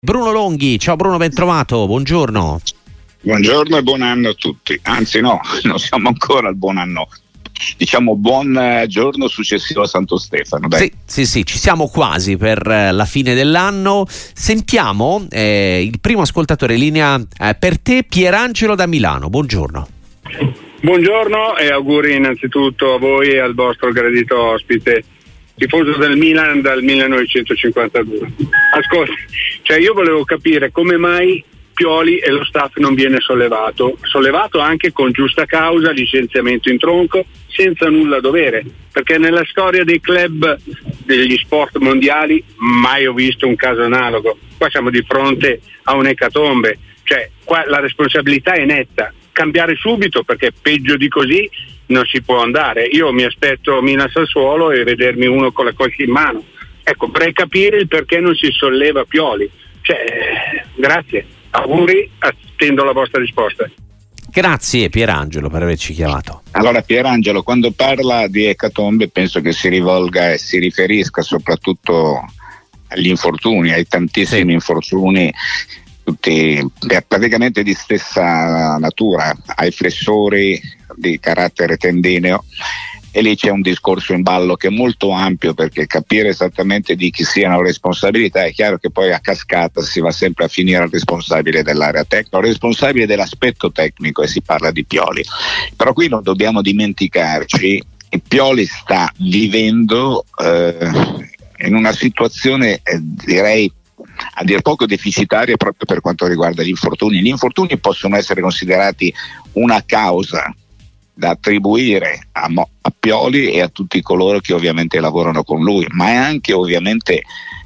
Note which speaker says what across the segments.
Speaker 1: Bruno Longhi, ciao Bruno, ben trovato, buongiorno.
Speaker 2: Buongiorno e buon anno a tutti. Anzi no, non siamo ancora al buon anno. Diciamo buon giorno successivo a Santo Stefano. Dai.
Speaker 1: Sì, ci siamo quasi per la fine dell'anno. Sentiamo il primo ascoltatore in linea per te, Pierangelo da Milano. Buongiorno.
Speaker 3: Buongiorno e auguri innanzitutto a voi e al vostro gradito ospite, tifoso del Milan dal 1952. Ascolta, io volevo capire come mai Pioli e lo staff non viene sollevato anche con giusta causa, licenziamento in tronco, senza nulla dovere, perché nella storia dei club degli sport mondiali mai ho visto un caso analogo. Qua siamo di fronte a un'ecatombe, qua la responsabilità è netta, cambiare subito perché peggio di così non si può andare. Io mi aspetto Milan-Sassuolo e vedermi uno con la coscia in mano. Ecco, vorrei capire il perché non si solleva Pioli. Grazie, auguri, attendo la vostra risposta.
Speaker 1: Grazie Pierangelo per averci chiamato.
Speaker 2: Allora Pierangelo, quando parla di ecatombe penso che si rivolga e si riferisca soprattutto agli infortuni, ai tantissimi infortuni, tutti praticamente di stessa natura, ai flessori di carattere tendineo, e lì c'è un discorso in ballo che è molto ampio, perché capire esattamente di chi siano le responsabilità è chiaro che poi a cascata si va sempre a finire al responsabile dell'area tecnica, al responsabile dell'aspetto tecnico, e si parla di Pioli. Però qui non dobbiamo dimenticarci che Pioli sta vivendo in una situazione direi a dir poco deficitaria proprio per quanto riguarda gli infortuni. Gli infortuni possono essere considerati una causa da attribuire a Pioli e a tutti coloro che ovviamente lavorano con lui, ma è anche ovviamente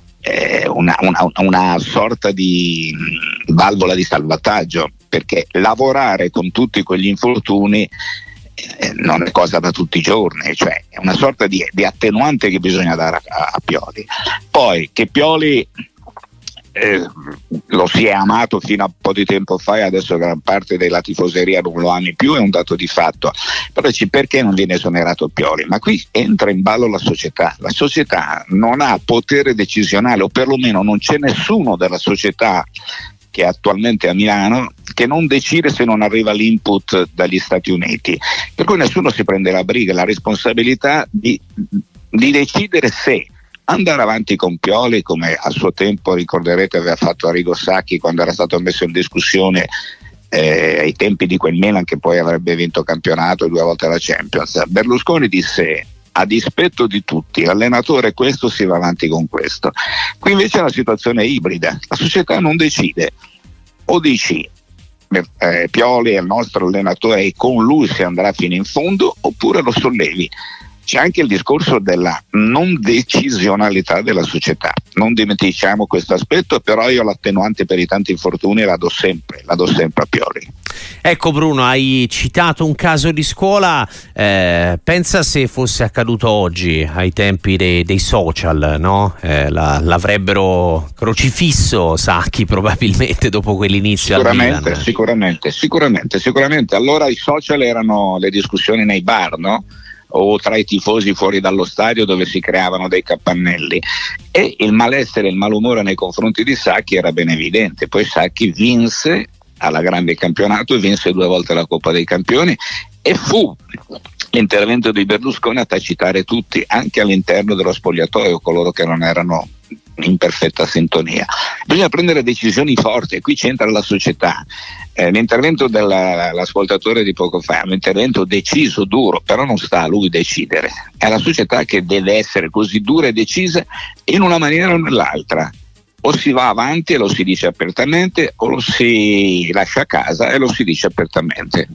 Speaker 2: una sorta di valvola di salvataggio, perché lavorare con tutti quegli infortuni non è cosa da tutti i giorni, è una sorta di attenuante che bisogna dare a Pioli. Poi che Pioli lo si è amato fino a un po' di tempo fa e adesso gran parte della tifoseria non lo ami più, è un dato di fatto. Però perché non viene esonerato Pioli? Ma qui entra in ballo la società non ha potere decisionale, o perlomeno non c'è nessuno della società che è attualmente a Milano che non decide se non arriva l'input dagli Stati Uniti, per cui nessuno si prende la briga, la responsabilità di decidere se andare avanti con Pioli, come a suo tempo ricorderete aveva fatto Arrigo Sacchi quando era stato messo in discussione ai tempi di quel Milan che poi avrebbe vinto campionato e 2 volte la Champions. Berlusconi disse: a dispetto di tutti, l'allenatore questo, si va avanti con questo. Qui invece è una situazione ibrida, la società non decide, o dici Pioli è il nostro allenatore e con lui si andrà fino in fondo, oppure lo sollevi. C'è anche il discorso della non decisionalità della società, non dimentichiamo questo aspetto, però io l'attenuante per i tanti infortuni la do sempre a Pioli.
Speaker 1: Ecco Bruno, hai citato un caso di scuola, pensa se fosse accaduto oggi ai tempi dei social, no? L'avrebbero crocifisso Sacchi probabilmente dopo quell'inizio al Milan. Sicuramente. Allora i social erano le discussioni nei bar, no? O tra i tifosi fuori dallo stadio dove si creavano dei capannelli, e il malessere e il malumore nei confronti di Sacchi era ben evidente. Poi Sacchi vinse alla grande campionato e vinse 2 volte la Coppa dei Campioni, e fu l'intervento di Berlusconi a tacitare tutti, anche all'interno dello spogliatoio, coloro che non erano in perfetta sintonia. Bisogna prendere decisioni forti, e qui c'entra la società. L'intervento dell'ascoltatore di poco fa è un intervento deciso, duro, però non sta a lui decidere, è la società che deve essere così dura e decisa in una maniera o nell'altra. O si va avanti e lo si dice apertamente, o lo si lascia a casa e lo si dice apertamente.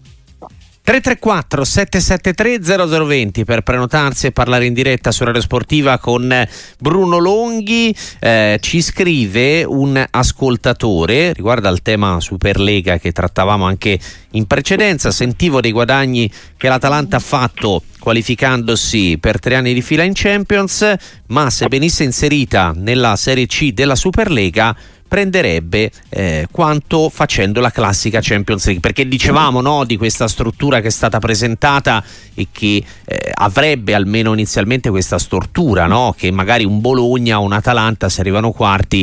Speaker 1: 334 773 0020 per prenotarsi e parlare in diretta su Radio Sportiva con Bruno Longhi. Ci scrive un ascoltatore riguardo al tema Superlega che trattavamo anche in precedenza: sentivo dei guadagni che l'Atalanta ha fatto qualificandosi per 3 anni di fila in Champions, ma se venisse inserita nella Serie C della Superlega prenderebbe quanto facendo la classica Champions League, perché dicevamo, no, di questa struttura che è stata presentata e che avrebbe almeno inizialmente questa stortura, no, che magari un Bologna o un Atalanta, se arrivano quarti,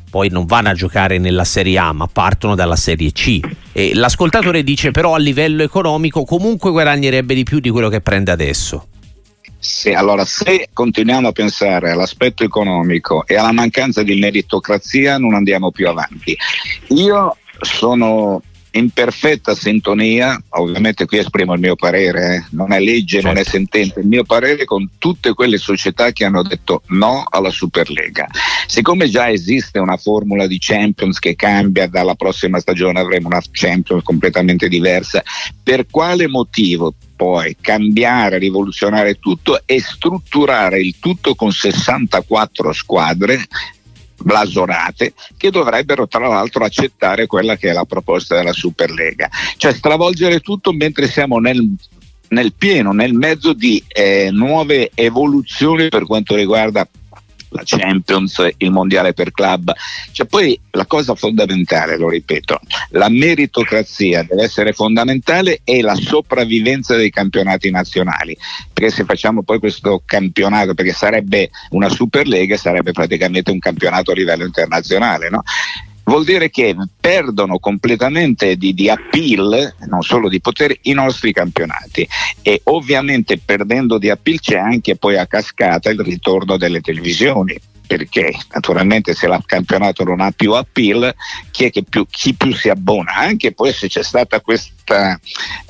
Speaker 1: poi non vanno a giocare nella Serie A ma partono dalla Serie C, e l'ascoltatore dice però a livello economico comunque guadagnerebbe di più di quello che prende adesso.
Speaker 2: Sì, allora se continuiamo a pensare all'aspetto economico e alla mancanza di meritocrazia non andiamo più avanti. Io sono in perfetta sintonia, ovviamente qui esprimo il mio parere, non è legge, certo, non è sentenza, il mio parere con tutte quelle società che hanno detto no alla Superlega. Siccome già esiste una formula di Champions che cambia, dalla prossima stagione avremo una Champions completamente diversa, per quale motivo poi cambiare, rivoluzionare tutto e strutturare il tutto con 64 squadre blasonate che dovrebbero tra l'altro accettare quella che è la proposta della Superlega, cioè stravolgere tutto mentre siamo nel pieno, nel mezzo di nuove evoluzioni per quanto riguarda la Champions, il mondiale per club. Cioè poi la cosa fondamentale, lo ripeto, la meritocrazia deve essere fondamentale e la sopravvivenza dei campionati nazionali, perché se facciamo poi questo campionato, perché sarebbe una Superlega, sarebbe praticamente un campionato a livello internazionale, no? Vuol dire che perdono completamente di appeal, non solo di potere, i nostri campionati, e ovviamente perdendo di appeal c'è anche poi a cascata il ritorno delle televisioni, perché naturalmente se il campionato non ha più appeal, chi più si abbona, anche poi se c'è stata questa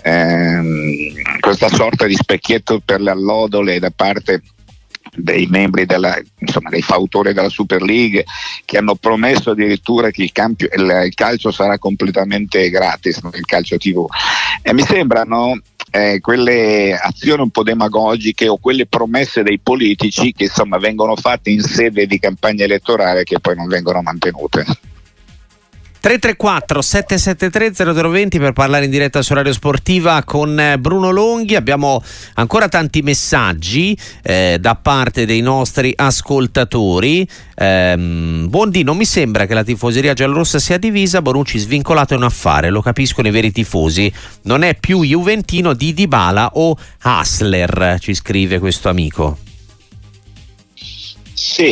Speaker 2: sorta di specchietto per le allodole da parte dei membri dei fautori della Super League, che hanno promesso addirittura che il calcio sarà completamente gratis, il calcio TV, e mi sembrano quelle azioni un po' demagogiche o quelle promesse dei politici che insomma vengono fatte in sede di campagna elettorale che poi non vengono mantenute.
Speaker 1: 334 773 0020 per parlare in diretta su Radio Sportiva con Bruno Longhi. Abbiamo ancora tanti messaggi da parte dei nostri ascoltatori. Bondi, non mi sembra che la tifoseria giallorossa sia divisa. Bonucci svincolato è un affare, lo capiscono i veri tifosi, non è più juventino di Dybala o Hassler, ci scrive questo amico.
Speaker 2: Sì,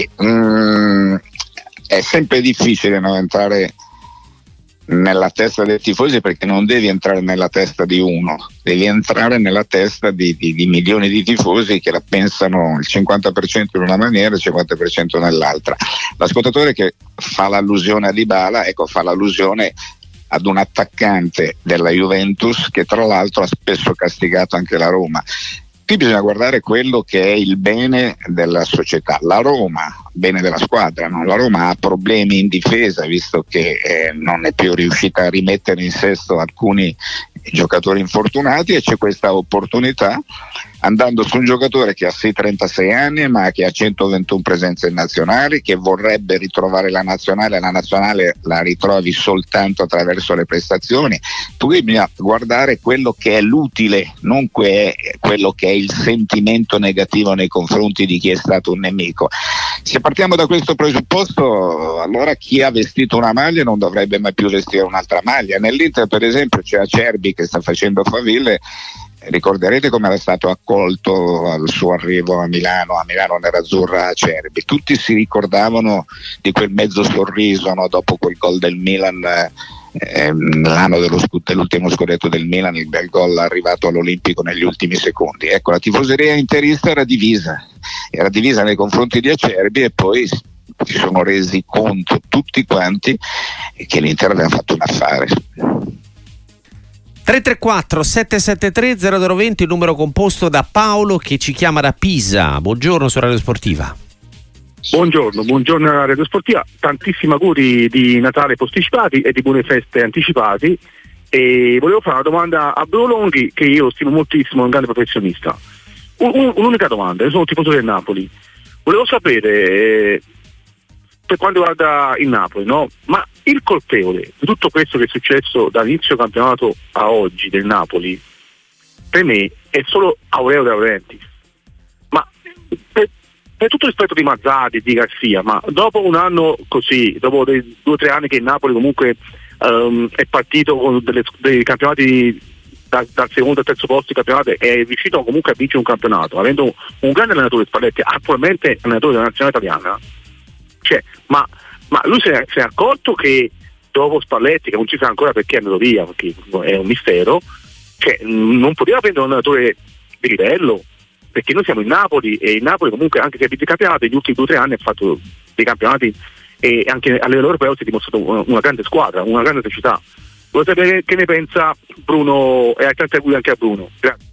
Speaker 2: è sempre difficile entrare nella testa dei tifosi, perché non devi entrare nella testa di uno, devi entrare nella testa di milioni di tifosi che la pensano il 50% in una maniera e il 50% nell'altra. L'ascoltatore che fa l'allusione a Dybala, fa l'allusione ad un attaccante della Juventus che tra l'altro ha spesso castigato anche la Roma. Qui bisogna guardare quello che è il bene della società. La Roma, bene della squadra, no? La Roma ha problemi in difesa, visto che non è più riuscita a rimettere in sesto alcuni giocatori infortunati, e c'è questa opportunità andando su un giocatore che ha 36 anni ma che ha 121 presenze in nazionali, che vorrebbe ritrovare la nazionale la ritrovi soltanto attraverso le prestazioni. Poi bisogna guardare quello che è l'utile, non quello che è il sentimento negativo nei confronti di chi è stato un nemico. Se partiamo da questo presupposto, allora chi ha vestito una maglia non dovrebbe mai più vestire un'altra maglia. Nell'Inter per esempio c'è Acerbi che sta facendo faville. Ricorderete come era stato accolto al suo arrivo a Milano nerazzurra Acerbi. Tutti si ricordavano di quel mezzo sorriso, no? Dopo quel gol del Milan, l'anno dell'ultimo scudetto del Milan, il bel gol arrivato all'Olimpico negli ultimi secondi. Ecco, la tifoseria interista era divisa nei confronti di Acerbi, e poi si sono resi conto tutti quanti che l'Inter aveva fatto un affare.
Speaker 1: 334 773 0020, il numero composto da Paolo che ci chiama da Pisa. Buongiorno su Radio Sportiva.
Speaker 4: Buongiorno a Radio Sportiva, tantissimi auguri di Natale posticipati e di buone feste anticipati, e volevo fare una domanda a Bruno Longhi, che io stimo moltissimo, è un grande professionista. Un'unica domanda, io sono tifoso del Napoli, volevo sapere per quanto riguarda il Napoli, no? Ma il colpevole di tutto questo che è successo dall'inizio campionato a oggi del Napoli, per me è solo Aurelio De Laurentiis. Ma per tutto rispetto di Mazzarri e di Garcia, ma dopo un anno così, dopo 2 o 3 anni che il Napoli comunque è partito con dei campionati dal secondo al terzo posto di campionato, è riuscito comunque a vincere un campionato, avendo un grande allenatore Spalletti, attualmente allenatore della nazionale italiana, ma ma lui si è accorto che dopo Spalletti, che non si sa ancora perché è andato via, perché è un mistero, cioè non poteva prendere un allenatore di livello, perché noi siamo in Napoli, e il Napoli comunque, anche se ha vinto il campionato, negli ultimi 2 o 3 anni ha fatto dei campionati, e anche a livello europeo si è dimostrato una grande squadra, una grande società. Voglio sapere che ne pensa Bruno, e tanti auguri anche a Bruno.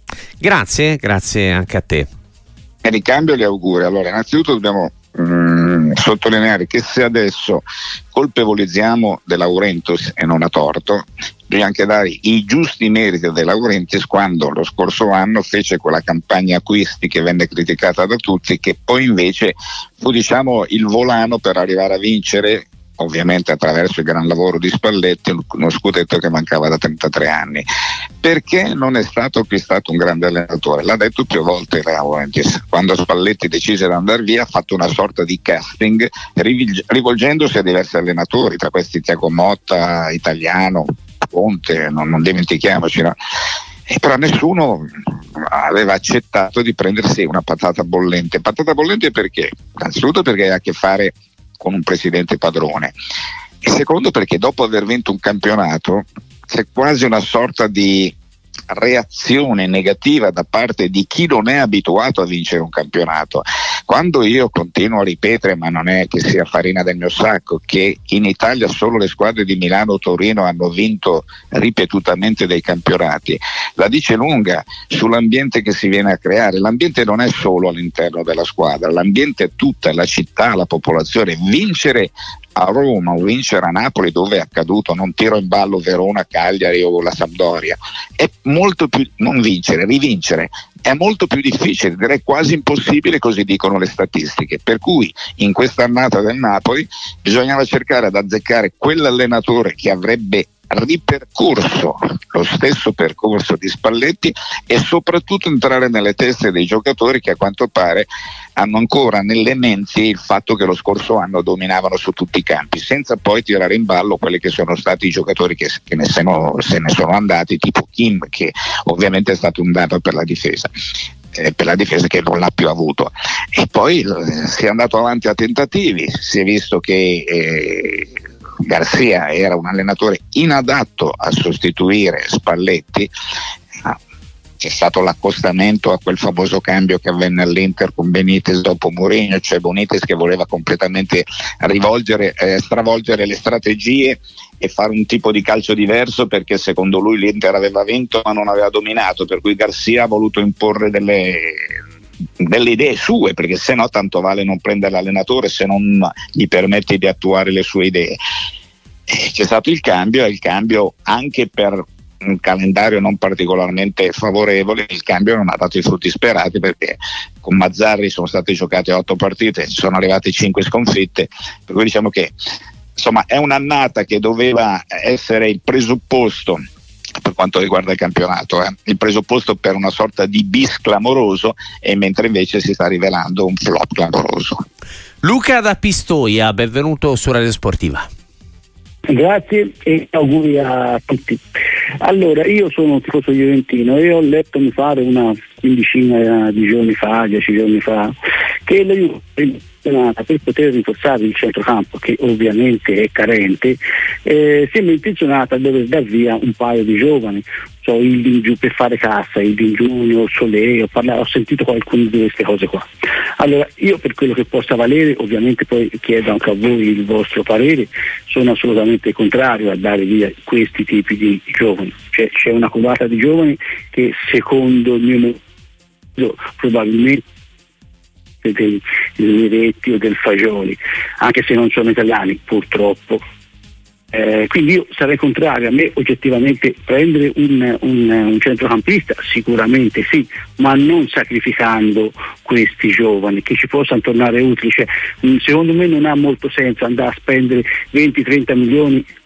Speaker 1: Grazie anche a te.
Speaker 2: E ricambio gli auguri. Allora, innanzitutto dobbiamo sottolineare che se adesso colpevolizziamo De Laurentiis, e non a torto, bisogna anche dare i giusti meriti a De Laurentiis, quando lo scorso anno fece quella campagna acquisti che venne criticata da tutti, che poi invece fu, diciamo, il volano per arrivare a vincere, ovviamente attraverso il gran lavoro di Spalletti, uno scudetto che mancava da 33 anni. Perché non è stato acquistato un grande allenatore? L'ha detto più volte Laurentiis. Quando Spalletti decise di andare via, ha fatto una sorta di casting rivolgendosi a diversi allenatori, tra questi Thiago Motta, Italiano, Conte, non dimentichiamoci, no? E però nessuno aveva accettato di prendersi una patata bollente. Patata bollente perché? Innanzitutto perché ha a che fare con un presidente padrone, e secondo perché dopo aver vinto un campionato c'è quasi una sorta di reazione negativa da parte di chi non è abituato a vincere un campionato. Quando io continuo a ripetere, ma non è che sia farina del mio sacco, che in Italia solo le squadre di Milano o Torino hanno vinto ripetutamente dei campionati, la dice lunga sull'ambiente che si viene a creare. L'ambiente non è solo all'interno della squadra, l'ambiente è tutta, la città, la popolazione. Vincere a Roma o vincere a Napoli, dove è accaduto, non tiro in ballo Verona, Cagliari o la Sampdoria, è molto più, non vincere, rivincere è molto più difficile, direi quasi impossibile, così dicono le statistiche. Per cui in questa annata del Napoli bisognava cercare di azzeccare quell'allenatore che avrebbe ripercorso lo stesso percorso di Spalletti, e soprattutto entrare nelle teste dei giocatori che a quanto pare hanno ancora nelle menti il fatto che lo scorso anno dominavano su tutti i campi, senza poi tirare in ballo quelli che sono stati i giocatori che se ne sono andati, tipo Kim, che ovviamente è stato un danno per la difesa che non l'ha più avuto. E poi si è andato avanti a tentativi, si è visto che Garcia era un allenatore inadatto a sostituire Spalletti. C'è stato l'accostamento a quel famoso cambio che avvenne all'Inter con Benitez dopo Mourinho, cioè Benitez che voleva completamente stravolgere le strategie e fare un tipo di calcio diverso, perché secondo lui l'Inter aveva vinto ma non aveva dominato, per cui Garcia ha voluto imporre delle idee sue, perché se no tanto vale non prendere l'allenatore se non gli permette di attuare le sue idee. C'è stato il cambio, e il cambio, anche per un calendario non particolarmente favorevole, il cambio non ha dato i frutti sperati, perché con Mazzarri sono state giocate 8 partite, sono arrivate 5 sconfitte, per cui diciamo che insomma è un'annata che doveva essere il presupposto per quanto riguarda il campionato, il presupposto per una sorta di bis clamoroso, e mentre invece si sta rivelando un flop clamoroso.
Speaker 1: Luca da Pistoia, benvenuto su Radio Sportiva.
Speaker 5: Grazie e auguri a tutti. Allora, io sono un tifoso juventino e ho letto mi pare una quindicina di giorni fa, 10 giorni fa, che la Juve per poter rinforzare il centrocampo, che ovviamente è carente, sembra intenzionata a dover dar via un paio di giovani, il per fare cassa, il Junior, Solé, ho sentito qualcuno di queste cose qua. Allora, io per quello che possa valere, ovviamente poi chiedo anche a voi il vostro parere, sono assolutamente contrario a dare via questi tipi di giovani. Cioè, c'è una covata di giovani che secondo il mio modo probabilmente del Miretti o del Fagioli, anche se non sono italiani purtroppo. Quindi io sarei contrario. A me oggettivamente prendere un centrocampista sicuramente sì, ma non sacrificando questi giovani che ci possano tornare utili. Cioè, secondo me non ha molto senso andare a spendere 20-30 milioni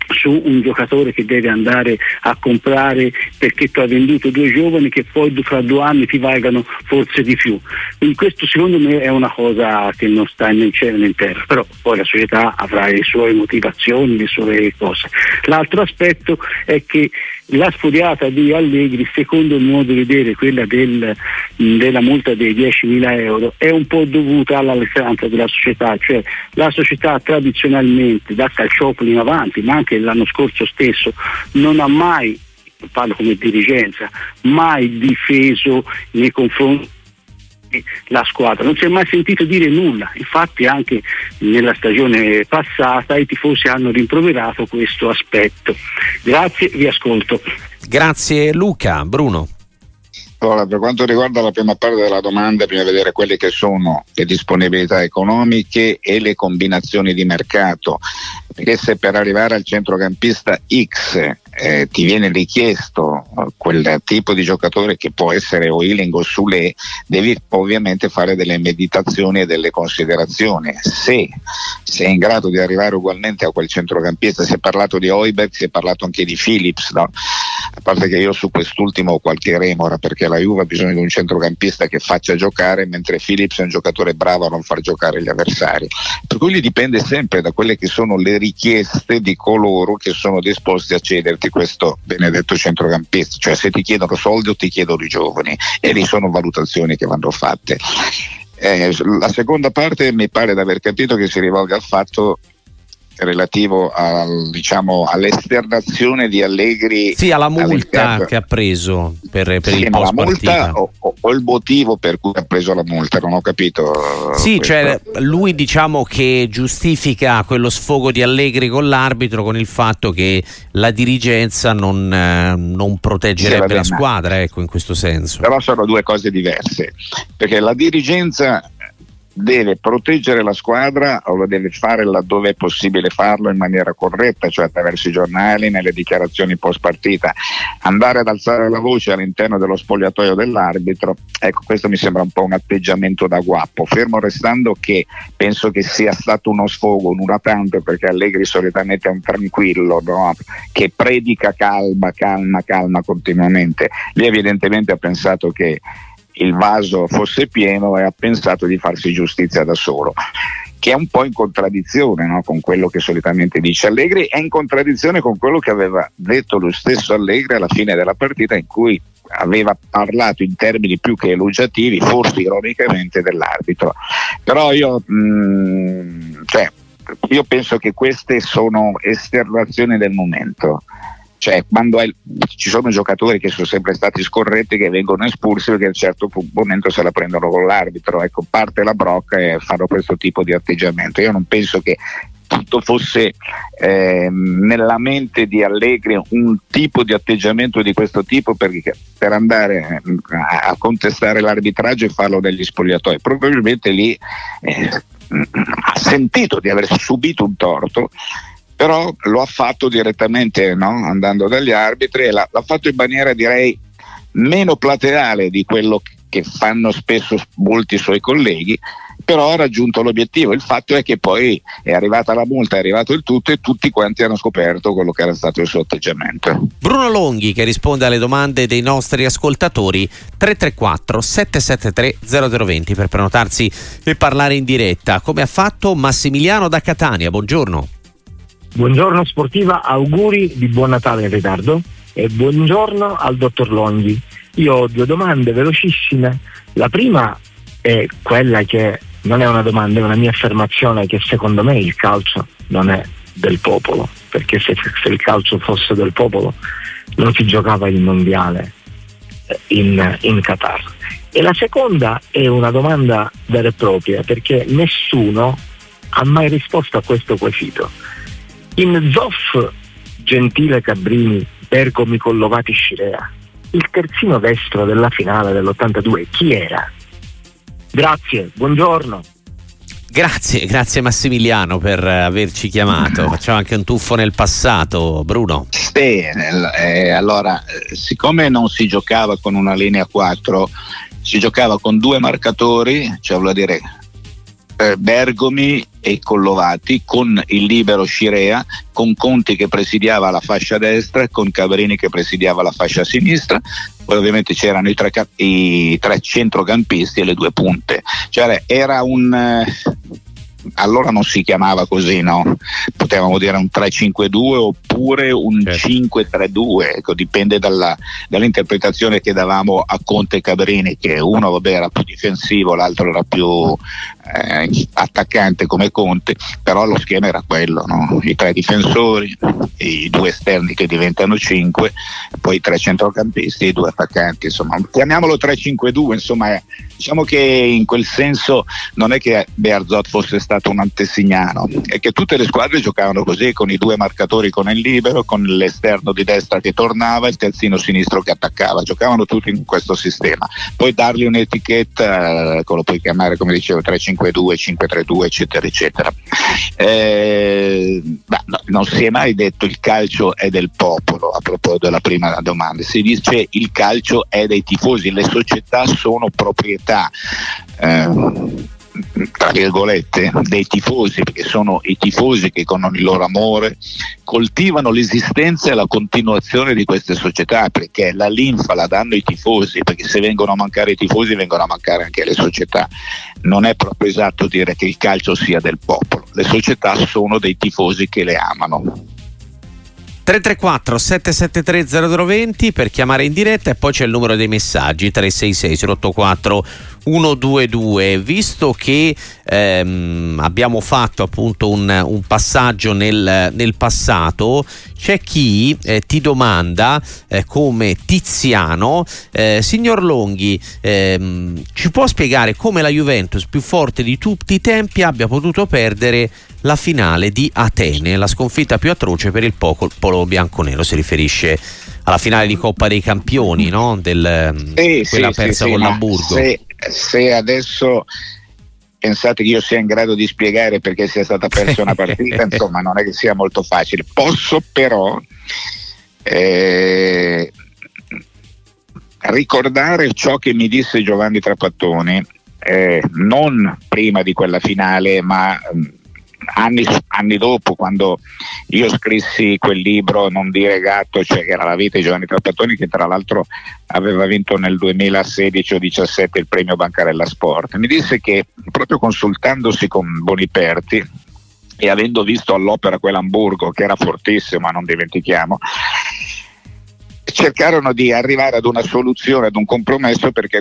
Speaker 5: su un giocatore che deve andare a comprare perché tu hai venduto 2 giovani che poi fra 2 anni ti valgano forse di più. Quindi questo secondo me è una cosa che non sta né in cielo né in terra, però poi la società avrà le sue motivazioni, le sue cose. L'altro aspetto è che la sfuriata di Allegri, secondo il modo di vedere, quella della multa dei 10.000 euro, è un po' dovuta all'alleanza della società, cioè la società tradizionalmente da Calciopoli in avanti, ma anche l'anno scorso stesso, non ha mai, parlo come dirigenza, mai difeso nei confronti la squadra, non si è mai sentito dire nulla. Infatti anche nella stagione passata i tifosi hanno rimproverato questo aspetto. Grazie, vi ascolto.
Speaker 1: Grazie Luca. Bruno.
Speaker 2: Allora, per quanto riguarda la prima parte della domanda, bisogna vedere quelle che sono le disponibilità economiche e le combinazioni di mercato, perché se per arrivare al centrocampista X ti viene richiesto quel tipo di giocatore che può essere o Ealing o Sule, devi ovviamente fare delle meditazioni e delle considerazioni. Se sei in grado di arrivare ugualmente a quel centrocampista, si è parlato di Højbjerg, si è parlato anche di Phillips, no? A parte che io su quest'ultimo ho qualche remora, perché la Juve ha bisogno di un centrocampista che faccia giocare, mentre Phillips è un giocatore bravo a non far giocare gli avversari, per cui dipende sempre da quelle che sono le richieste di coloro che sono disposti a cederti questo benedetto centrocampista. Cioè, se ti chiedono soldi o ti chiedono i giovani, e lì sono valutazioni che vanno fatte. La seconda parte mi pare di aver capito che si rivolge al fatto relativo all'esternazione di Allegri,
Speaker 1: sì, alla multa che ha preso per il post partita,
Speaker 2: o il motivo per cui ha preso la multa, non ho capito.
Speaker 1: Sì, cioè lui che giustifica quello sfogo di Allegri con l'arbitro con il fatto che la dirigenza non proteggerebbe la squadra, ecco, in questo senso.
Speaker 2: Però sono 2 cose diverse, perché la dirigenza deve proteggere la squadra, o lo deve fare laddove è possibile farlo in maniera corretta, cioè attraverso i giornali, nelle dichiarazioni post partita. Andare ad alzare la voce all'interno dello spogliatoio dell'arbitro, ecco, questo mi sembra un po' un atteggiamento da guappo, fermo restando che penso che sia stato uno sfogo, un una tanto, perché Allegri solitamente è un tranquillo, no? Che predica calma continuamente. Lì evidentemente ha pensato che il vaso fosse pieno e ha pensato di farsi giustizia da solo, che è un po' in contraddizione, no? Con quello che solitamente dice Allegri, è in contraddizione con quello che aveva detto lo stesso Allegri alla fine della partita, in cui aveva parlato in termini più che elogiativi, forse ironicamente, dell'arbitro. Però io penso che queste sono esternazioni del momento. Cioè, quando ci sono giocatori che sono sempre stati scorretti, che vengono espulsi perché a un certo momento se la prendono con l'arbitro, ecco, parte la brocca e fanno questo tipo di atteggiamento. Io non penso che tutto fosse nella mente di Allegri un tipo di atteggiamento di questo tipo per andare a contestare l'arbitraggio e farlo negli spogliatoi. Probabilmente lì ha sentito di aver subito un torto, però lo ha fatto direttamente, no? Andando dagli arbitri, e l'ha fatto in maniera, direi, meno plateale di quello che fanno spesso molti suoi colleghi, però ha raggiunto l'obiettivo. Il fatto è che poi è arrivata la multa, è arrivato il tutto, e tutti quanti hanno scoperto quello che era stato il suo atteggiamento.
Speaker 1: Bruno Longhi, che risponde alle domande dei nostri ascoltatori, 334 773 0020 per prenotarsi e parlare in diretta, come ha fatto Massimiliano da Catania. Buongiorno.
Speaker 6: Buongiorno Sportiva, auguri di buon Natale in ritardo e buongiorno al dottor Longhi. Io ho 2 domande velocissime. La prima è quella che non è una domanda, è una mia affermazione, che secondo me il calcio non è del popolo, perché se il calcio fosse del popolo non si giocava il mondiale in Qatar. E la seconda è una domanda vera e propria, perché nessuno ha mai risposto a questo quesito. In Zoff, Gentile, Cabrini, Bergomi, Collovati, Scirea, il terzino destro della finale dell'82 chi era? Grazie, buongiorno.
Speaker 1: Grazie Massimiliano per averci chiamato. Facciamo anche un tuffo nel passato, Bruno.
Speaker 2: Sì, allora, siccome non si giocava con una linea 4, si giocava con 2 marcatori, cioè vuol dire Bergomi e Collovati, con il libero Scirea, con Conti che presidiava la fascia destra, con Cabrini che presidiava la fascia sinistra. Poi ovviamente c'erano i tre centrocampisti e le due punte, cioè era allora non si chiamava così, no? Potevamo dire un 3-5-2 oppure un 5-3-2, ecco, dipende dall'interpretazione che davamo a Conte e Cabrini, che uno era più difensivo, l'altro era più attaccante come Conte, però lo schema era quello, no? I tre difensori, i due esterni che diventano 5, poi i tre centrocampisti e i due attaccanti, insomma chiamiamolo 3-5-2, insomma diciamo che in quel senso non è che Bearzot fosse stato un antesignano, è che tutte le squadre giocavano così, con i due marcatori con il libero, con l'esterno di destra che tornava e il terzino sinistro che attaccava, giocavano tutti in questo sistema. Poi dargli un'etichetta, lo puoi chiamare come dicevo 3-5-2, 5-3-2 eccetera eccetera. Non si è mai detto il calcio è del popolo, a proposito della prima domanda, si dice il calcio è dei tifosi, le società sono proprietà tra virgolette dei tifosi, perché sono i tifosi che con il loro amore coltivano l'esistenza e la continuazione di queste società, perché la linfa la danno i tifosi, perché se vengono a mancare i tifosi vengono a mancare anche le società. Non è proprio esatto dire che il calcio sia del popolo, le società sono dei tifosi che le amano.
Speaker 1: 334 773 0020 per chiamare in diretta, e poi c'è il numero dei messaggi 366 084 122. Visto che abbiamo fatto appunto un passaggio nel passato, c'è chi ti domanda come Tiziano, signor Longhi, ci può spiegare come la Juventus, più forte di tutti i tempi, abbia potuto perdere la finale di Atene, la sconfitta più atroce per il popolo bianconero? Si riferisce alla finale di Coppa dei Campioni, no? Quella persa con l'Hamburgo.
Speaker 2: Se adesso pensate che io sia in grado di spiegare perché sia stata persa una partita, insomma non è che sia molto facile. Posso però ricordare ciò che mi disse Giovanni Trapattoni, non prima di quella finale, ma anni dopo, quando io scrissi quel libro Non dire gatto, cioè che era la vita di Giovanni Trapattoni, che tra l'altro aveva vinto nel 2016 o 2017 il premio Bancarella Sport. Mi disse che proprio consultandosi con Boniperti e avendo visto all'opera quell'Hamburgo che era fortissimo, ma non dimentichiamo, cercarono di arrivare ad una soluzione, ad un compromesso, perché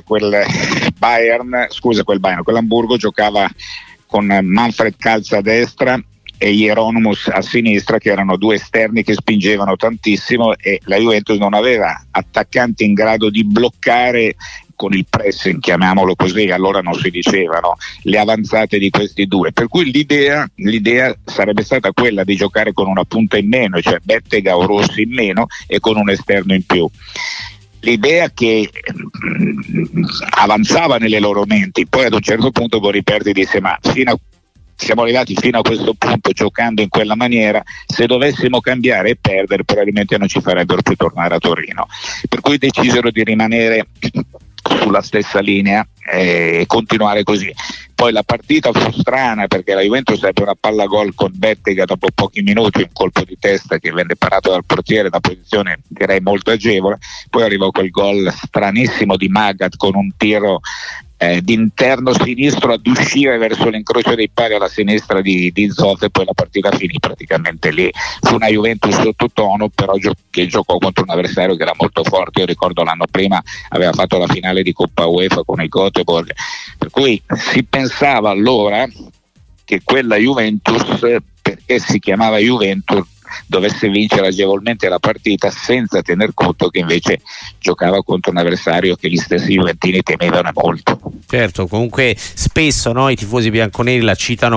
Speaker 2: quell'Hamburgo giocava con Manfred Kaltz a destra e Hieronymus a sinistra, che erano due esterni che spingevano tantissimo, e la Juventus non aveva attaccanti in grado di bloccare con il pressing, chiamiamolo così, allora non si diceva, no? Le avanzate di questi due, per cui l'idea sarebbe stata quella di giocare con una punta in meno, cioè Bettega o Rossi in meno e con un esterno in più. L'idea che avanzava nelle loro menti, poi ad un certo punto Boniperti disse: ma siamo arrivati fino a questo punto giocando in quella maniera, se dovessimo cambiare e perdere probabilmente non ci farebbero più tornare a Torino, per cui decisero di rimanere sulla stessa linea e continuare così. Poi la partita fu strana perché la Juventus ebbe una palla gol con Bettega dopo pochi minuti, un colpo di testa che venne parato dal portiere da posizione direi molto agevole, poi arrivò quel gol stranissimo di Magath con un tiro d'interno sinistro ad uscire verso l'incrocio dei pali alla sinistra di Zoff, e poi la partita finì praticamente lì. Fu una Juventus sottotono, però che giocò contro un avversario che era molto forte. Io ricordo l'anno prima aveva fatto la finale di Coppa UEFA con il Göteborg, per cui si pensava allora che quella Juventus, perché si chiamava Juventus, dovesse vincere agevolmente la partita, senza tener conto che invece giocava contro un avversario che gli stessi juventini temevano molto.
Speaker 1: Certo, comunque spesso, no, i tifosi bianconeri la citano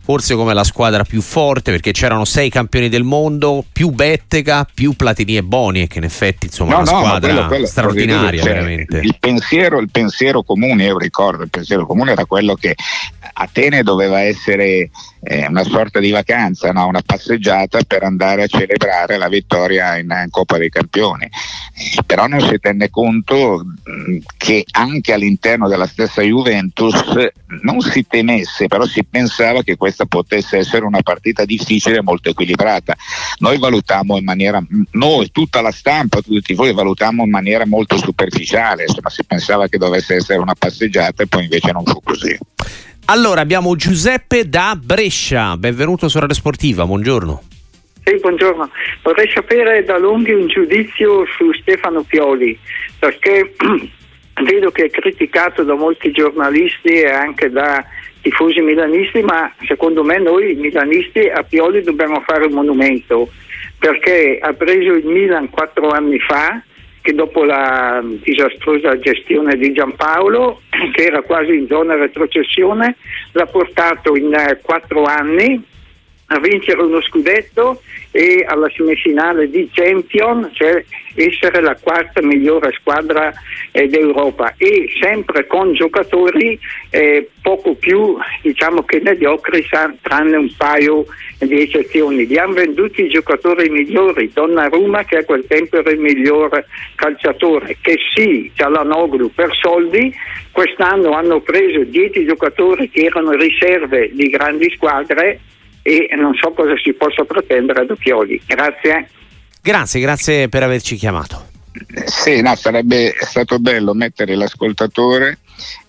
Speaker 1: forse come la squadra più forte, perché c'erano 6 campioni del mondo, più Bettega, più Platini e Boni, e che in effetti insomma una squadra quello, straordinaria, veramente.
Speaker 2: Il pensiero comune, io ricordo, il pensiero comune era quello che Atene doveva essere una sorta di vacanza, no? Una passeggiata per andare a celebrare la vittoria in Coppa dei Campioni, però non si tenne conto che anche all'interno della stessa Juventus non si temesse, però si pensava che questa potesse essere una partita difficile e molto equilibrata. Noi valutammo in maniera, noi, tutta la stampa, tutti i tifosi valutammo in maniera molto superficiale, insomma si pensava che dovesse essere una passeggiata e poi invece non fu così.
Speaker 1: Allora abbiamo Giuseppe da Brescia, benvenuto su Radio Sportiva, buongiorno.
Speaker 7: Sì, buongiorno. Vorrei sapere da Longhi un giudizio su Stefano Pioli, perché vedo che è criticato da molti giornalisti e anche da tifosi milanisti, ma secondo me noi milanisti a Pioli dobbiamo fare un monumento, perché ha preso il Milan 4 anni fa, che dopo la disastrosa gestione di Giampaolo, che era quasi in zona retrocessione, l'ha portato in 4 anni a vincere uno scudetto e alla semifinale di Champions, cioè essere la 4ª migliore squadra d'Europa, e sempre con giocatori poco più, diciamo, che mediocri, tranne un paio di eccezioni. Li hanno venduti i giocatori migliori, Donnarumma, che a quel tempo era il miglior calciatore, che sì, Çalhanoğlu per soldi. Quest'anno hanno preso 10 giocatori che erano riserve di grandi squadre e non so cosa si possa pretendere da Pioli. Grazie
Speaker 1: per averci chiamato.
Speaker 2: Sì, no, sarebbe stato bello mettere l'ascoltatore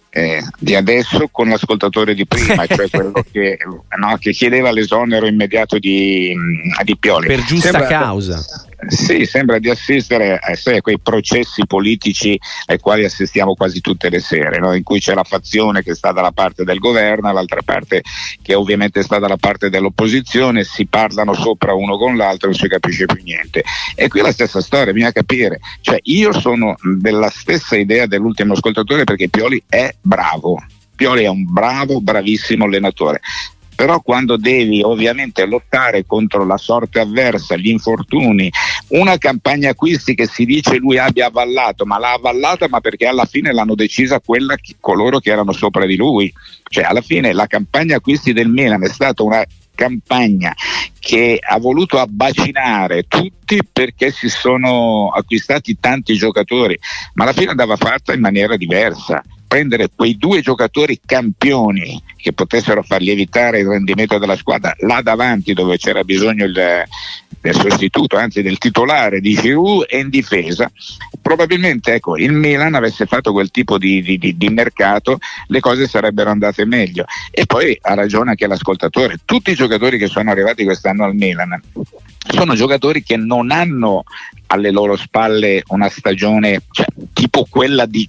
Speaker 2: di adesso con l'ascoltatore di prima, cioè quello che chiedeva l'esonero immediato di Pioli.
Speaker 1: Per giusta causa.
Speaker 2: Sì, sembra di assistere a quei processi politici ai quali assistiamo quasi tutte le sere, no? In cui c'è la fazione che sta dalla parte del governo, l'altra parte che ovviamente sta dalla parte dell'opposizione, si parlano sopra uno con l'altro, non si capisce più niente. E qui la stessa storia, bisogna capire, cioè io sono della stessa idea dell'ultimo ascoltatore, perché Pioli è bravo, Pioli è un bravissimo allenatore. Però quando devi ovviamente lottare contro la sorte avversa, gli infortuni, una campagna acquisti che si dice lui abbia avallato, ma l'ha avvallata ma perché alla fine l'hanno decisa coloro che erano sopra di lui. Cioè alla fine la campagna acquisti del Milan è stata una campagna che ha voluto abbacinare tutti perché si sono acquistati tanti giocatori, ma alla fine andava fatta in maniera diversa. Prendere quei 2 giocatori campioni che potessero far lievitare il rendimento della squadra là davanti, dove c'era bisogno del sostituto, anzi del titolare di Giroud, e in difesa. Probabilmente il Milan avesse fatto quel tipo di mercato, le cose sarebbero andate meglio. E poi ha ragione anche l'ascoltatore, tutti i giocatori che sono arrivati quest'anno al Milan sono giocatori che non hanno alle loro spalle una stagione, cioè, tipo quella di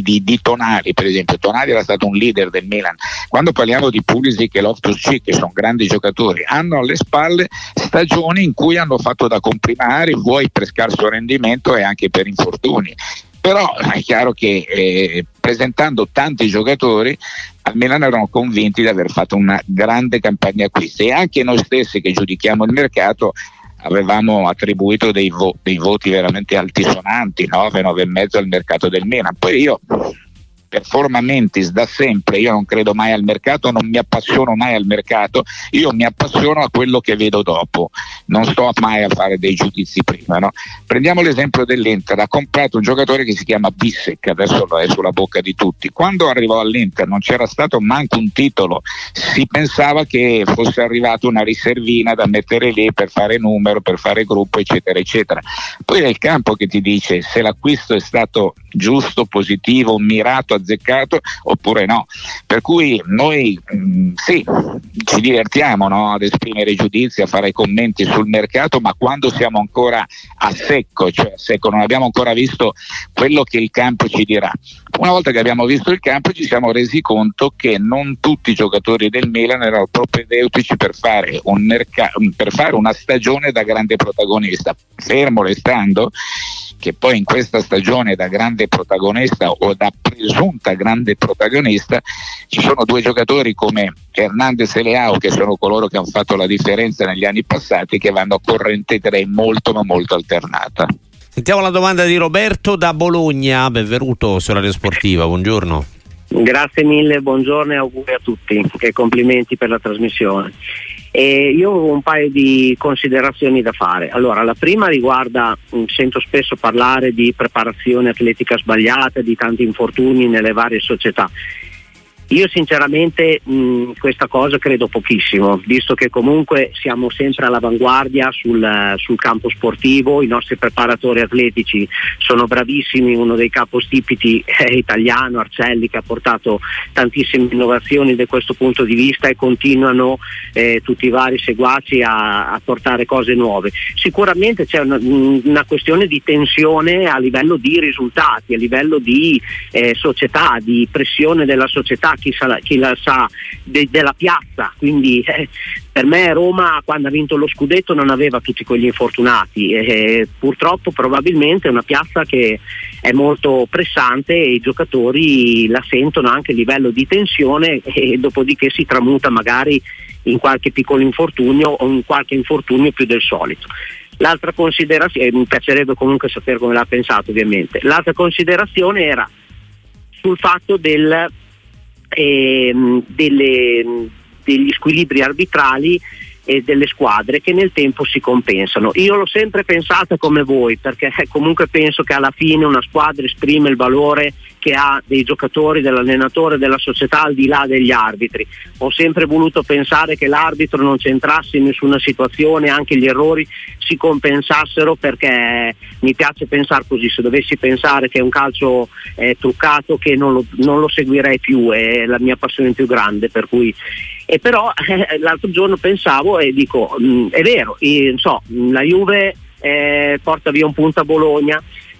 Speaker 2: Tonali, per esempio. Tonali era stato un leader del Milan. Quando parliamo di Pulisic e Loftus-Cheek, che sono grandi giocatori, hanno alle spalle stagioni in cui hanno fatto da comprimari, vuoi per scarso rendimento e anche per infortuni. Però è chiaro che presentando tanti giocatori al Milan erano convinti di aver fatto una grande campagna acquisti, e anche noi stessi che giudichiamo il mercato avevamo attribuito dei voti veramente altisonanti, 9,5 al mercato del Milan. Poi io, per forma mentis, da sempre, io non credo mai al mercato, non mi appassiono mai al mercato, io mi appassiono a quello che vedo dopo, non sto mai a fare dei giudizi prima, no? Prendiamo l'esempio dell'Inter, ha comprato un giocatore che si chiama Bissek, adesso è sulla bocca di tutti. Quando arrivò all'Inter non c'era stato manco un titolo, si pensava che fosse arrivata una riservina da mettere lì per fare numero, per fare gruppo, eccetera eccetera. Poi è il campo che ti dice se l'acquisto è stato giusto, positivo, mirato, azzeccato oppure no. Per cui noi sì, ci divertiamo, no, ad esprimere giudizi, a fare commenti sul mercato, ma quando siamo ancora a secco, cioè a secco, non abbiamo ancora visto quello che il campo ci dirà. Una volta che abbiamo visto il campo ci siamo resi conto che non tutti i giocatori del Milan erano propedeutici per fare una stagione da grande protagonista, fermo restando che poi in questa stagione da grande protagonista o da presunta grande protagonista ci sono due giocatori come Hernandez e Leao, che sono coloro che hanno fatto la differenza negli anni passati, che vanno a corrente direi molto ma molto alternata.
Speaker 1: Sentiamo la domanda di Roberto da Bologna. Benvenuto su Radio Sportiva, buongiorno.
Speaker 8: Grazie mille, buongiorno e auguri a tutti e complimenti per la trasmissione. Io ho un paio di considerazioni da fare. Allora, la prima riguarda, sento spesso parlare di preparazione atletica sbagliata, di tanti infortuni nelle varie società. Io sinceramente questa cosa credo pochissimo, visto che comunque siamo sempre all'avanguardia sul campo sportivo, i nostri preparatori atletici sono bravissimi, uno dei capostipiti è italiano, Arcelli, che ha portato tantissime innovazioni da questo punto di vista e continuano tutti i vari seguaci a portare cose nuove. Sicuramente c'è una questione di tensione a livello di risultati, a livello di società, di pressione della società, chi la sa della piazza, quindi per me Roma quando ha vinto lo scudetto non aveva tutti quegli infortunati, purtroppo probabilmente è una piazza che è molto pressante e i giocatori la sentono anche a livello di tensione e dopodiché si tramuta magari in qualche piccolo infortunio o in qualche infortunio più del solito. L'altra considerazione, mi piacerebbe comunque sapere come l'ha pensato ovviamente, l'altra considerazione era sul fatto degli squilibri arbitrali e delle squadre che nel tempo si compensano. Io l'ho sempre pensata come voi, perché comunque penso che alla fine una squadra esprime il valore che ha dei giocatori, dell'allenatore, della società al di là degli arbitri. Ho sempre voluto pensare che l'arbitro non c'entrasse in nessuna situazione, anche gli errori si compensassero, perché mi piace pensare così. Se dovessi pensare che è un calcio truccato, che non lo seguirei più, è la mia passione più grande, per cui. E però l'altro giorno pensavo e dico è vero, la Juve porta via un punto a Bologna,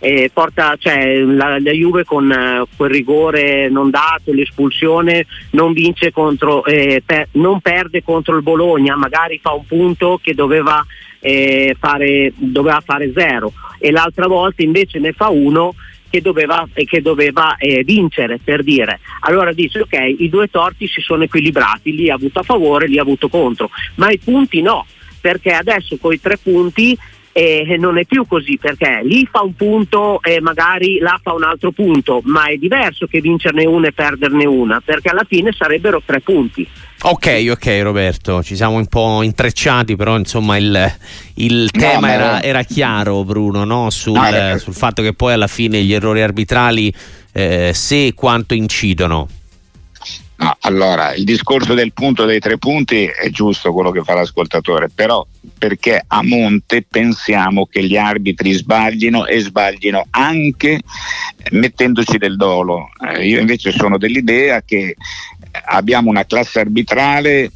Speaker 8: la Juve con quel rigore non dato, l'espulsione, non vince non perde contro il Bologna, magari fa un punto che doveva fare 0, e l'altra volta invece ne fa uno che doveva vincere, per dire. Allora dice ok, i due torti si sono equilibrati, lì ha avuto a favore, lì ha avuto contro, ma i punti no, perché adesso con i 3 punti non è più così, perché lì fa un punto e magari là fa un altro punto, ma è diverso che vincerne una e perderne una, perché alla fine sarebbero 3 punti.
Speaker 1: Ok Roberto, ci siamo un po' intrecciati, però insomma il tema era chiaro, Bruno, no? Sul fatto che poi alla fine gli errori arbitrali se quanto incidono.
Speaker 2: No, allora il discorso del punto dei 3 punti è giusto quello che fa l'ascoltatore, però perché a monte pensiamo che gli arbitri sbaglino e sbaglino anche mettendoci del dolo. Io invece sono dell'idea che abbiamo una classe arbitrale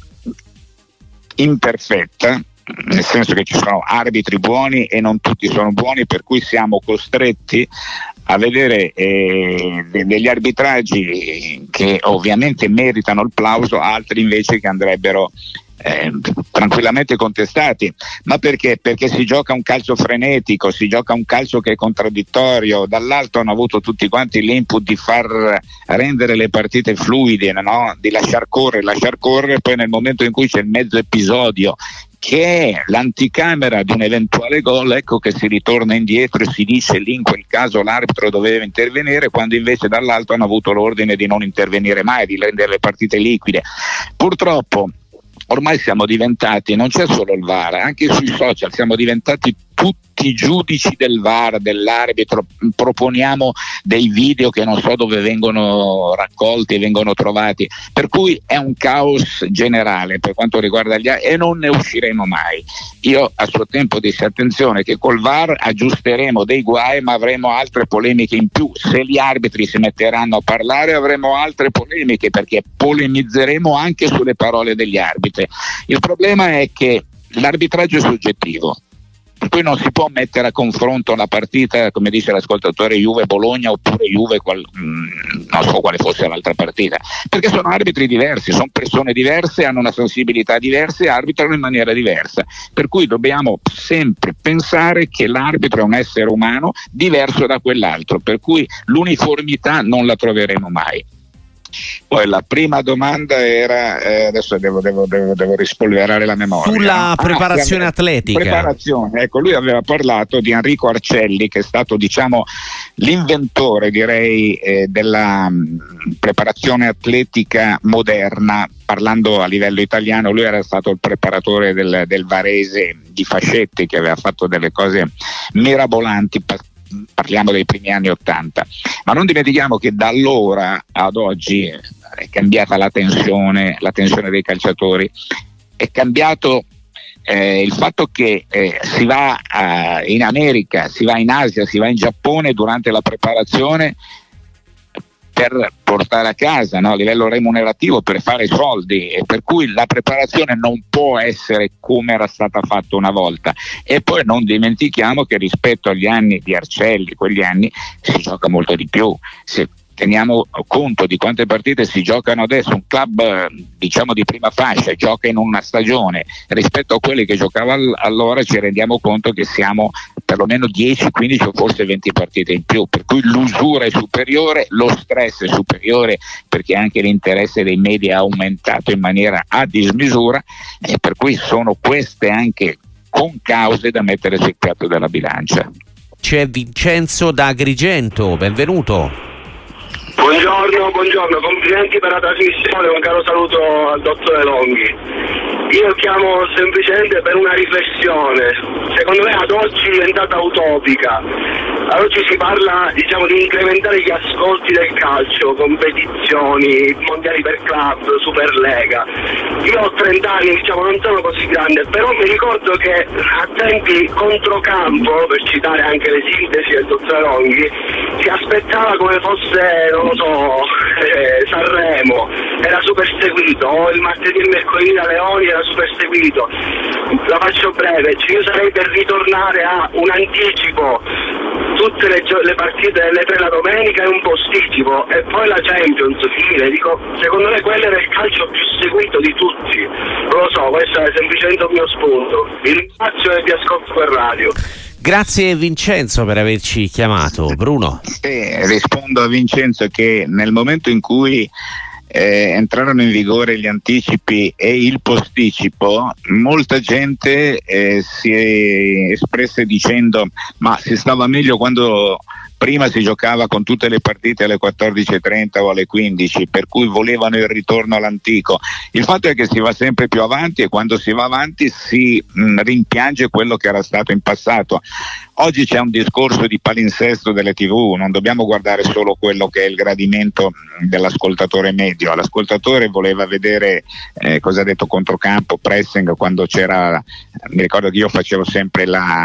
Speaker 2: imperfetta, nel senso che ci sono arbitri buoni e non tutti sono buoni, per cui siamo costretti a vedere degli arbitraggi che ovviamente meritano il plauso, altri invece che andrebbero tranquillamente contestati. Ma perché? Perché si gioca un calcio frenetico, si gioca un calcio che è contraddittorio, dall'altro hanno avuto tutti quanti l'input di far rendere le partite fluide, no? Di lasciar correre, poi nel momento in cui c'è il mezzo episodio che è l'anticamera di un eventuale gol, ecco che si ritorna indietro e si dice lì in quel caso l'arbitro doveva intervenire, quando invece dall'altro hanno avuto l'ordine di non intervenire mai, di rendere le partite liquide. Purtroppo ormai siamo diventati, non c'è solo il VAR, anche sui social siamo diventati tutti giudici del VAR, dell'arbitro, proponiamo dei video che non so dove vengono raccolti e vengono trovati, per cui è un caos generale per quanto riguarda gli arbitri e non ne usciremo mai. Io a suo tempo dissi attenzione che col VAR aggiusteremo dei guai, ma avremo altre polemiche in più. Se gli arbitri si metteranno a parlare avremo altre polemiche, perché polemizzeremo anche sulle parole degli arbitri. Il problema è che l'arbitraggio è soggettivo. Per cui non si può mettere a confronto la partita, come dice l'ascoltatore, Juve-Bologna oppure Juve, non so quale fosse l'altra partita, perché sono arbitri diversi, sono persone diverse, hanno una sensibilità diversa e arbitrano in maniera diversa, per cui dobbiamo sempre pensare che l'arbitro è un essere umano diverso da quell'altro, per cui l'uniformità non la troveremo mai. Poi la prima domanda era, adesso devo rispolverare la memoria.
Speaker 1: Sulla preparazione atletica.
Speaker 2: Preparazione, ecco, lui aveva parlato di Enrico Arcelli, che è stato, diciamo, l'inventore, direi, della preparazione atletica moderna, parlando a livello italiano. Lui era stato il preparatore del Varese di Fascetti, che aveva fatto delle cose mirabolanti. Parliamo dei primi anni '80, ma non dimentichiamo che da allora ad oggi è cambiata la tensione dei calciatori, è cambiato il fatto che si va in America, si va in Asia, si va in Giappone durante la preparazione per portare a casa, no, a livello remunerativo, per fare soldi, e per cui la preparazione non può essere come era stata fatta una volta. E poi non dimentichiamo che rispetto agli anni di Arcelli, quegli anni, si gioca molto di più. Se teniamo conto di quante partite si giocano adesso, un club, diciamo, di prima fascia gioca in una stagione rispetto a quelli che giocava allora, ci rendiamo conto che siamo perlomeno 10, 15 o forse 20 partite in più, per cui l'usura è superiore, lo stress è superiore, perché anche l'interesse dei media è aumentato in maniera a dismisura, e per cui sono queste anche concause da mettere sul piatto della bilancia.
Speaker 1: C'è Vincenzo da Agrigento, benvenuto.
Speaker 9: Buongiorno, complimenti per la trasmissione, un caro saluto al dottore Longhi. Io chiamo semplicemente per una riflessione, secondo me ad oggi è diventata utopica. Ad oggi si parla, diciamo, di incrementare gli ascolti del calcio, competizioni, mondiali per club, Superlega. Io ho 30 anni, diciamo, non sono così grande, però mi ricordo che a tempi Controcampo, per citare anche le sintesi del dottore Longhi, si aspettava come fosse, non lo so, Sanremo, era super seguito, o il martedì e il mercoledì da Leoni era super seguito. La faccio breve, io sarei per ritornare a un anticipo, tutte le partite delle 3 la domenica e un posticipo, e poi la Champions, fine. Dico, secondo me quello era il calcio più seguito di tutti. Non lo so, questo è semplicemente un mio spunto. Vi ringrazio e vi ascolto per radio.
Speaker 1: Grazie Vincenzo per averci chiamato. Bruno?
Speaker 2: Rispondo a Vincenzo che nel momento in cui entrarono in vigore gli anticipi e il posticipo, molta gente si è espressa dicendo ma si stava meglio quando prima si giocava con tutte le partite alle 14:30 o alle 15, per cui volevano il ritorno all'antico. Il fatto è che si va sempre più avanti, e quando si va avanti si rimpiange quello che era stato in passato. Oggi c'è un discorso di palinsesto delle TV, non dobbiamo guardare solo quello che è il gradimento dell'ascoltatore medio. L'ascoltatore voleva vedere cosa ha detto Controcampo, pressing, quando c'era, mi ricordo che io facevo sempre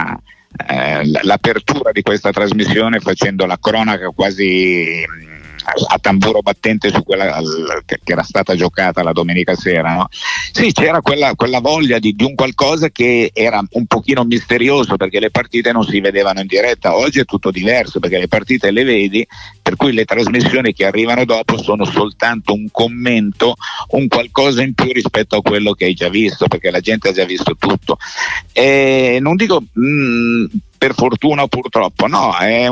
Speaker 2: l'apertura di questa trasmissione facendo la cronaca quasi a tamburo battente su quella che era stata giocata la domenica sera, no? Sì, c'era quella voglia di un qualcosa che era un pochino misterioso, perché le partite non si vedevano in diretta. Oggi è tutto diverso, perché le partite le vedi, per cui le trasmissioni che arrivano dopo sono soltanto un commento, un qualcosa in più rispetto a quello che hai già visto, perché la gente ha già visto tutto. Non dico per fortuna o purtroppo, no, è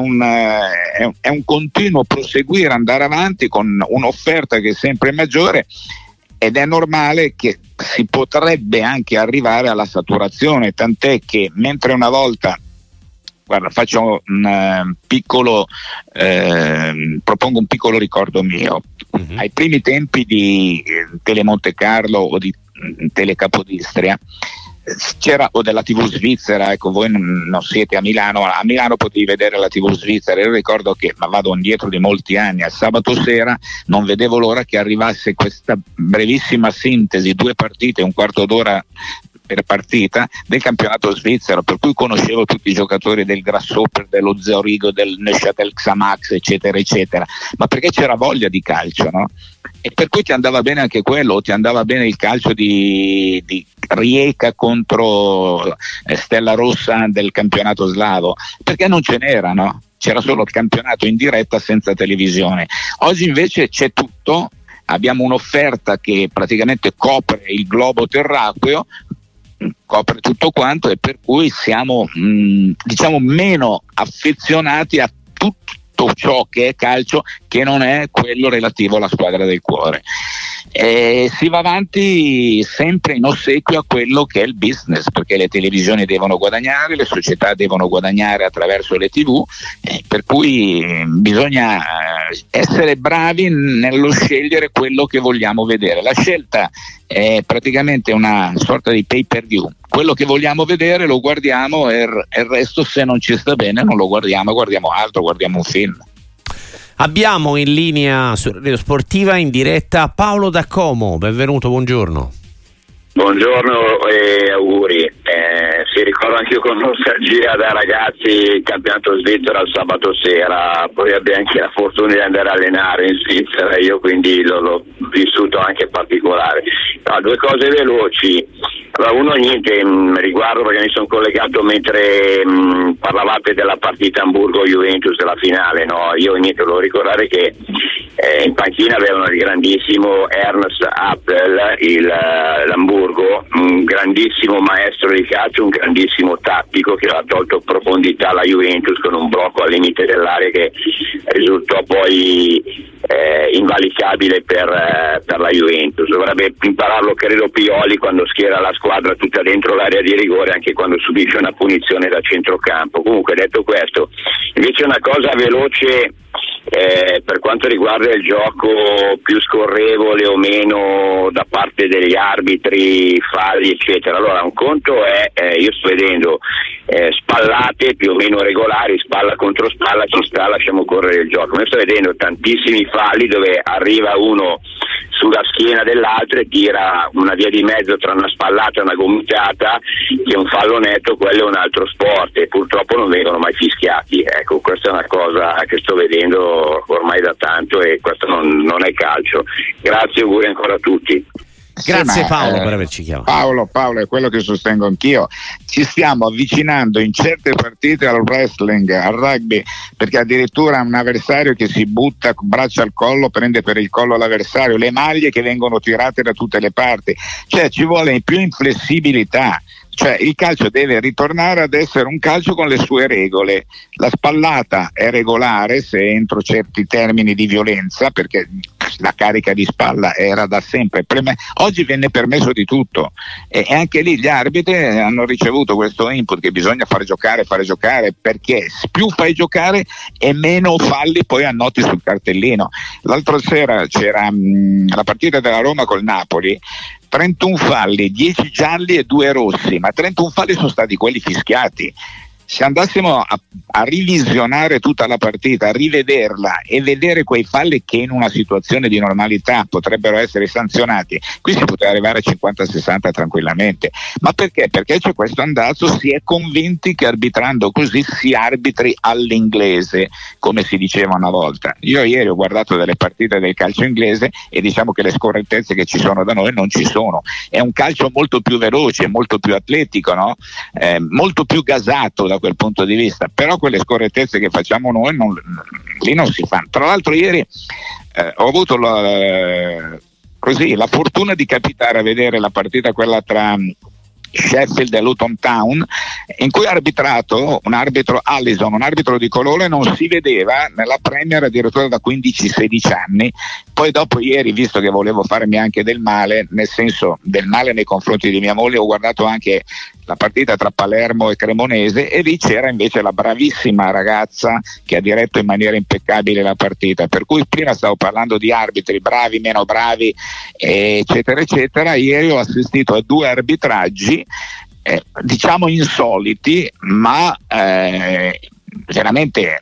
Speaker 2: un continuo proseguire, andare avanti con un'offerta che è sempre maggiore, ed è normale che si potrebbe anche arrivare alla saturazione, tant'è che mentre una volta, guarda, faccio un piccolo propongo un piccolo ricordo mio. Ai primi tempi di Tele Monte Carlo o di Tele Capodistria c'era, o della TV svizzera, ecco, voi non siete a Milano potevi vedere la TV svizzera. Io ricordo che, ma vado indietro di molti anni, al sabato sera non vedevo l'ora che arrivasse questa brevissima sintesi, 2 partite, un quarto d'ora per partita del campionato svizzero, per cui conoscevo tutti i giocatori del Grasshopper, dello Zorigo, del Neuchâtel Xamax, eccetera eccetera, ma perché c'era voglia di calcio, no? e per cui ti andava bene anche quello, ti andava bene il calcio di Rijeka contro Stella Rossa del campionato slavo, perché non ce n'era, no? C'era solo il campionato in diretta senza televisione. Oggi invece c'è tutto, abbiamo un'offerta che praticamente copre il globo terracqueo, copre tutto quanto, e per cui siamo diciamo meno affezionati a tutto ciò che è calcio che non è quello relativo alla squadra del cuore. Si va avanti sempre in ossequio a quello che è il business, perché le televisioni devono guadagnare, le società devono guadagnare attraverso le TV, per cui bisogna essere bravi nello scegliere quello che vogliamo vedere. La scelta è praticamente una sorta di pay per view, quello che vogliamo vedere lo guardiamo e il resto, se non ci sta bene, non lo guardiamo altro, guardiamo un film.
Speaker 1: Abbiamo in linea su Radio Sportiva in diretta Paolo da Como, benvenuto, buongiorno.
Speaker 10: Buongiorno e auguri. Si ricorda anche io con nostalgia da ragazzi il campionato svizzero al sabato sera, poi abbiamo anche la fortuna di andare a allenare in Svizzera, io quindi l'ho vissuto anche particolare. No, due cose veloci. Allora, uno niente, riguardo perché mi sono collegato mentre parlavate della partita Hamburgo-Juventus della finale, no? Io niente, volevo ricordare che in panchina avevano il grandissimo Ernst Happel, l'Hamburgo, un grandissimo maestro di calcio, un grandissimo tattico che aveva tolto profondità alla Juventus con un blocco al limite dell'area che risultò poi invalicabile per la Juventus. Dovrebbe impararlo, credo, Pioli quando schiera la squadra tutta dentro l'area di rigore, anche quando subisce una punizione da centrocampo. Comunque, detto questo, invece una cosa veloce per quanto riguarda il gioco più scorrevole o meno da parte degli arbitri, falli eccetera. Allora, un conto è io sto vedendo spallate più o meno regolari, spalla contro spalla, ci sta, lasciamo correre il gioco. Io sto vedendo tantissimi falli dove arriva uno sulla schiena dell'altro e tira una via di mezzo tra una spallata e una gomitata, che è un fallo netto, quello è un altro sport e purtroppo non vengono mai fischiati. Ecco, questa è una cosa che sto vedendo ormai da tanto e questo non è calcio. Grazie, auguri ancora a tutti.
Speaker 1: Grazie Paolo per averci
Speaker 2: chiamato. Paolo, è quello che sostengo anch'io. Ci stiamo avvicinando in certe partite al wrestling, al rugby, perché addirittura un avversario che si butta braccia al collo, prende per il collo l'avversario, le maglie che vengono tirate da tutte le parti, cioè ci vuole più inflessibilità. Cioè il calcio deve ritornare ad essere un calcio con le sue regole. La spallata è regolare se entro certi termini di violenza, perché la carica di spalla era da sempre. Oggi viene permesso di tutto e anche lì gli arbitri hanno ricevuto questo input che bisogna fare giocare, perché più fai giocare e meno falli poi annoti sul cartellino. L'altra sera c'era la partita della Roma col Napoli, 31 falli, 10 gialli e 2 rossi, ma 31 falli sono stati quelli fischiati. Se andassimo a rivisionare tutta la partita, a rivederla e vedere quei falli che in una situazione di normalità potrebbero essere sanzionati, qui si poteva arrivare a 50-60 tranquillamente. Ma perché? Perché c'è questo andazzo, si è convinti che arbitrando così si arbitri all'inglese, come si diceva una volta. Io ieri ho guardato delle partite del calcio inglese e diciamo che le scorrettezze che ci sono da noi non ci sono. È un calcio molto più veloce, molto più atletico, no? Molto più gasato da quel punto di vista, però quelle scorrettezze che facciamo noi lì non si fanno. Tra l'altro ieri ho avuto la fortuna di capitare a vedere la partita quella tra Sheffield e Luton Town, in cui ha arbitrato un arbitro Allison, un arbitro di colore, non si vedeva nella Premier addirittura da 15-16 anni. Poi dopo ieri, visto che volevo farmi anche del male, nel senso del male nei confronti di mia moglie, ho guardato anche la partita tra Palermo e Cremonese e lì c'era invece la bravissima ragazza che ha diretto in maniera impeccabile la partita. Per cui prima stavo parlando di arbitri bravi, meno bravi, eccetera eccetera. Ieri ho assistito a 2 arbitraggi diciamo insoliti, ma veramente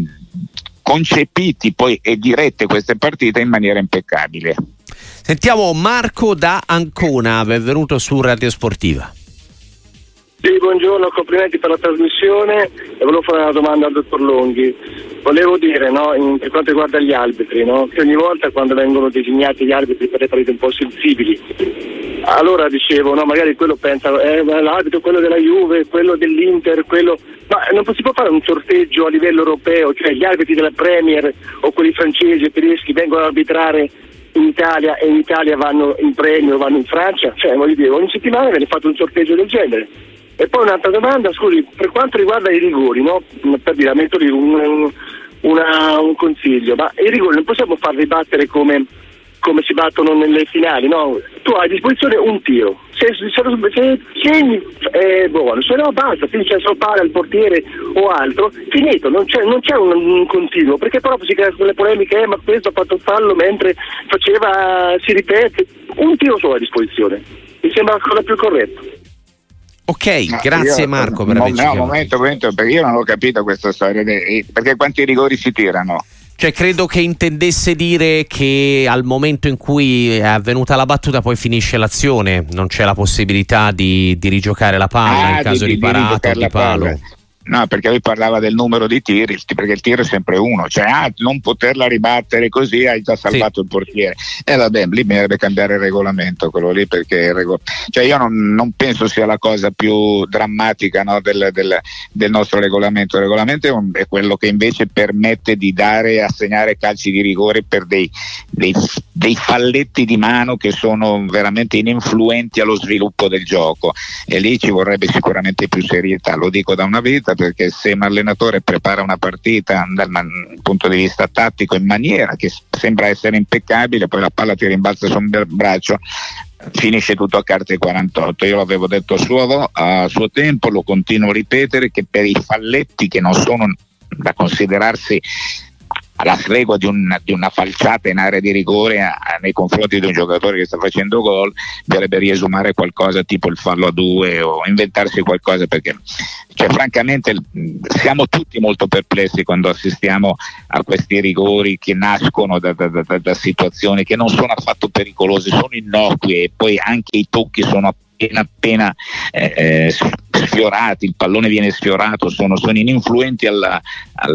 Speaker 2: concepiti poi e dirette queste partite in maniera impeccabile.
Speaker 1: Sentiamo Marco da Ancona, benvenuto su Radio Sportiva.
Speaker 9: Sì, buongiorno, complimenti per la trasmissione e volevo fare una domanda al dottor Longhi. Volevo dire, per quanto riguarda gli arbitri, che ogni volta quando vengono designati gli arbitri per le partite un po' sensibili, allora dicevo, magari quello pensa, l'arbitro, quello della Juve, quello dell'Inter, ma non si può fare un sorteggio a livello europeo, cioè gli arbitri della Premier o quelli francesi o tedeschi vengono a arbitrare in Italia e in Italia vanno in premio, vanno in Francia, cioè voglio dire, ogni settimana viene fatto un sorteggio del genere. E poi un'altra domanda, scusi, per quanto riguarda i rigori, per dire, metto lì un consiglio, ma i rigori non possiamo farli battere come si battono nelle finali, tu hai a disposizione un tiro, se segni buono, se no basta, finisce solo palla al portiere o altro, finito, non c'è un continuo, perché proprio si creano quelle polemiche, ma questo ha fatto fallo mentre si ripete, un tiro solo a disposizione, mi sembra la cosa più corretta.
Speaker 1: Ok, grazie Marco per averci chiamato.
Speaker 2: Momento, perché io non ho capito questa storia, perché quanti rigori si tirano?
Speaker 1: Cioè credo che intendesse dire che al momento in cui è avvenuta la battuta poi finisce l'azione, non c'è la possibilità di rigiocare la palla in caso di parata o di palo.
Speaker 2: No, perché lui parlava del numero di tiri, perché il tiro è sempre uno, cioè non poterla ribattere così hai già salvato il portiere. Vabbè, lì bisognerebbe cambiare il regolamento, quello lì, perché cioè io non penso sia la cosa più drammatica del nostro regolamento. Il regolamento è quello che invece permette di assegnare calci di rigore per dei falletti di mano che sono veramente ininfluenti allo sviluppo del gioco, e lì ci vorrebbe sicuramente più serietà, lo dico da una vita, perché se un allenatore prepara una partita dal punto di vista tattico in maniera che sembra essere impeccabile, poi la palla ti rimbalza sul braccio, finisce tutto a carte 48. Io l'avevo detto a suo tempo, lo continuo a ripetere, che per i falletti che non sono da considerarsi alla stregua di una falciata in area di rigore nei confronti di un giocatore che sta facendo gol, dovrebbe riesumare qualcosa tipo il fallo a 2 o inventarsi qualcosa, perché francamente siamo tutti molto perplessi quando assistiamo a questi rigori che nascono da situazioni che non sono affatto pericolose, sono innocue, e poi anche i tocchi sono appena sfiorati, il pallone viene sfiorato, sono ininfluenti a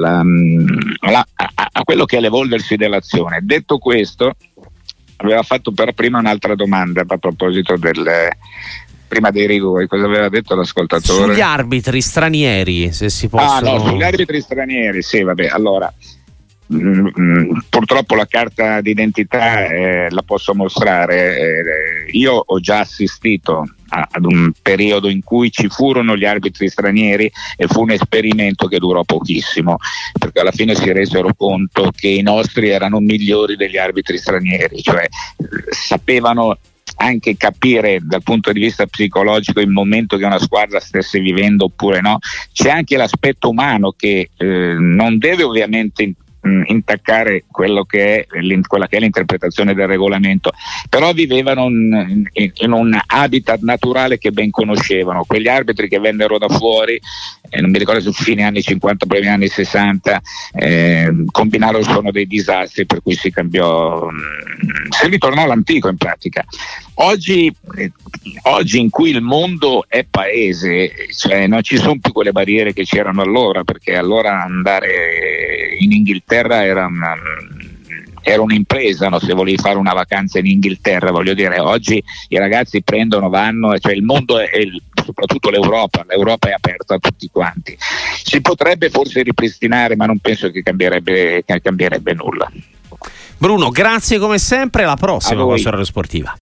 Speaker 2: quello che è l'evolversi dell'azione. Detto questo, aveva fatto però prima un'altra domanda a proposito prima dei rigori, cosa aveva detto l'ascoltatore?
Speaker 1: Sugli arbitri stranieri, se si possono.
Speaker 2: Sugli arbitri stranieri, sì, vabbè, allora purtroppo la carta d'identità la posso mostrare. Io ho già assistito ad un periodo in cui ci furono gli arbitri stranieri e fu un esperimento che durò pochissimo, perché alla fine si resero conto che i nostri erano migliori degli arbitri stranieri, cioè sapevano anche capire dal punto di vista psicologico il momento che una squadra stesse vivendo oppure no. C'è anche l'aspetto umano che non deve ovviamente intaccare quella che è l'interpretazione del regolamento, però vivevano in un habitat naturale che ben conoscevano. Quegli arbitri che vennero da fuori, non mi ricordo se fine anni 50, primi anni 60, combinarono sono dei disastri, per cui si cambiò, si ritornò all'antico in pratica. Oggi in cui il mondo è paese, cioè non ci sono più quelle barriere che c'erano allora, perché allora andare in Inghilterra era un'impresa, no? Se volevi fare una vacanza in Inghilterra, voglio dire, oggi i ragazzi vanno, cioè il mondo soprattutto l'Europa è aperta a tutti quanti. Si potrebbe forse ripristinare, ma non penso che cambierebbe nulla.
Speaker 1: Bruno, grazie come sempre, alla prossima con Storia Sportiva.